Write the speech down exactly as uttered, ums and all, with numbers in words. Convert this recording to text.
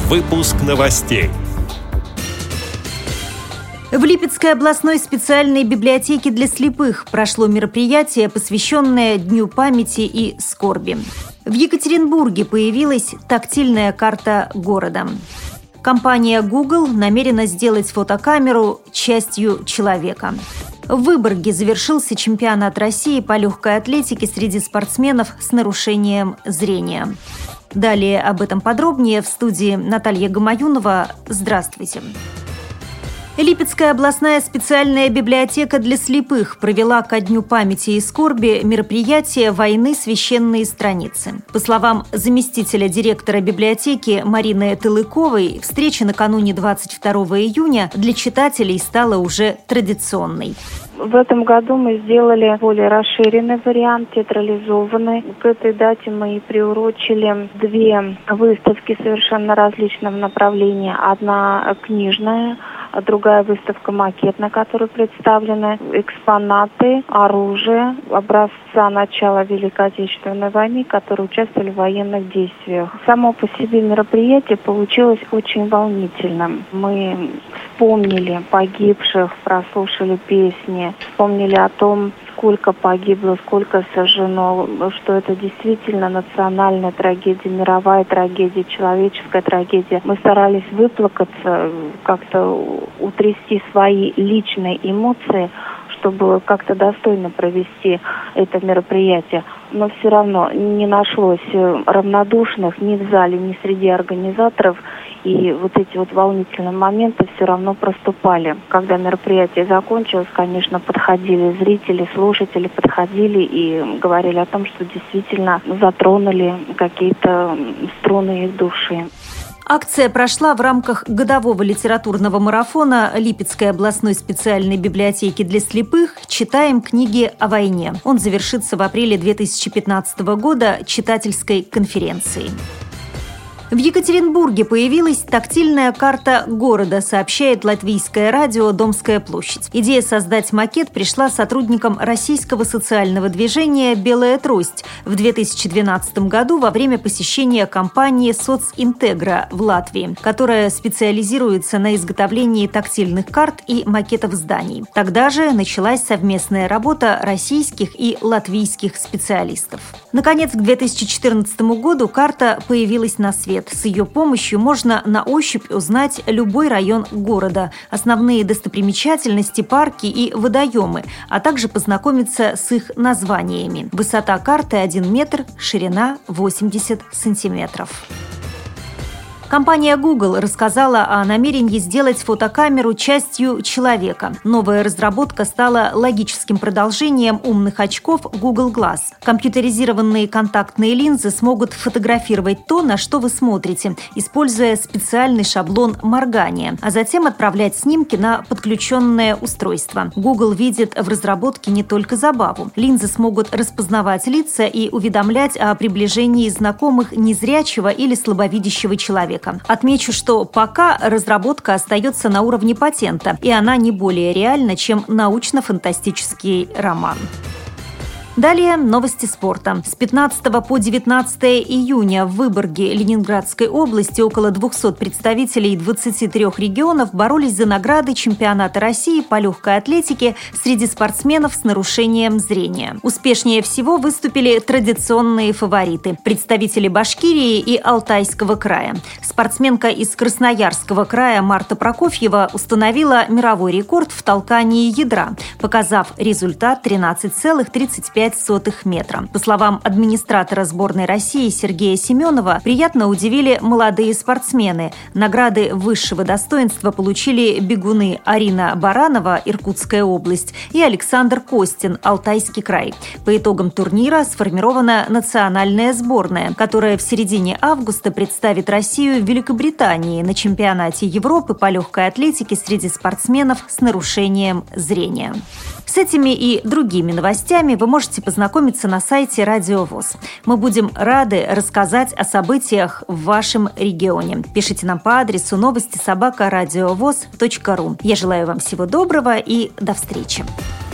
Выпуск новостей. В Липецкой областной специальной библиотеке для слепых прошло мероприятие, посвященное Дню памяти и скорби. В Екатеринбурге появилась тактильная карта города. Компания Google намерена сделать фотокамеру частью человека. В Выборге завершился чемпионат России по легкой атлетике среди спортсменов с нарушением зрения. Далее об этом подробнее в студии Наталья Гамаюнова. Здравствуйте. Липецкая областная специальная библиотека для слепых провела ко Дню памяти и скорби мероприятие «Войны. Священные страницы». По словам заместителя директора библиотеки Марины Тылыковой, встреча накануне двадцать второго июня для читателей стала уже традиционной. В этом году мы сделали более расширенный вариант, театрализованный. К этой дате мы и приурочили две выставки совершенно различного направления. Одна книжная, а другая выставка макет, на которой представлены экспонаты, оружие, образца начала Великой Отечественной войны, которые участвовали в военных действиях. Само по себе мероприятие получилось очень волнительным. Мы вспомнили погибших, прослушали песни, вспомнили о том, сколько погибло, сколько сожжено, что это действительно национальная трагедия, мировая трагедия, человеческая трагедия. Мы старались выплакаться, как-то утрясти свои личные эмоции, чтобы как-то достойно провести это мероприятие. Но все равно не нашлось равнодушных ни в зале, ни среди организаторов. И вот эти вот волнительные моменты все равно проступали. Когда мероприятие закончилось, конечно, подходили зрители, слушатели, подходили и говорили о том, что действительно затронули какие-то струны их души. Акция прошла в рамках годового литературного марафона Липецкой областной специальной библиотеки для слепых «Читаем книги о войне». Он завершится в апреле две тысячи пятнадцатого года читательской конференцией. В Екатеринбурге появилась тактильная карта города, сообщает латвийское радио «Домская площадь». Идея создать макет пришла сотрудникам российского социального движения «Белая трость» в две тысячи двенадцатом году во время посещения компании «Социнтегра» в Латвии, которая специализируется на изготовлении тактильных карт и макетов зданий. Тогда же началась совместная работа российских и латвийских специалистов. Наконец, к две тысячи четырнадцатому году карта появилась на свет. С ее помощью можно на ощупь узнать любой район города, основные достопримечательности, парки и водоемы, а также познакомиться с их названиями. Высота карты один метр, ширина восемьдесят сантиметров. Компания Google рассказала о намерении сделать фотокамеру частью человека. Новая разработка стала логическим продолжением умных очков Google Glass. Компьютеризированные контактные линзы смогут фотографировать то, на что вы смотрите, используя специальный шаблон моргания, а затем отправлять снимки на подключенное устройство. Google видит в разработке не только забаву. Линзы смогут распознавать лица и уведомлять о приближении знакомых незрячего или слабовидящего человека. Отмечу, что пока разработка остается на уровне патента, и она не более реальна, чем научно-фантастический роман. Далее новости спорта. С пятнадцатого по девятнадцатое июня в Выборге Ленинградской области около двухсот представителей двадцати трёх регионов боролись за награды чемпионата России по легкой атлетике среди спортсменов с нарушением зрения. Успешнее всего выступили традиционные фавориты – представители Башкирии и Алтайского края. Спортсменка из Красноярского края Марта Прокофьева установила мировой рекорд в толкании ядра, показав результат тринадцать целых тридцать пять сотых метра. По словам администратора сборной России Сергея Семенова, приятно удивили молодые спортсмены. Награды высшего достоинства получили бегуны Арина Баранова, Иркутская область, и Александр Костин, Алтайский край. По итогам турнира сформирована национальная сборная, которая в середине августа представит Россию в Великобритании на чемпионате Европы по легкой атлетике среди спортсменов с нарушением зрения. С этими и другими новостями вы можете познакомиться на сайте Радио ВОС. Мы будем рады рассказать о событиях в вашем регионе. Пишите нам по адресу новости собака радиовос точка ру. Я желаю вам всего доброго и до встречи.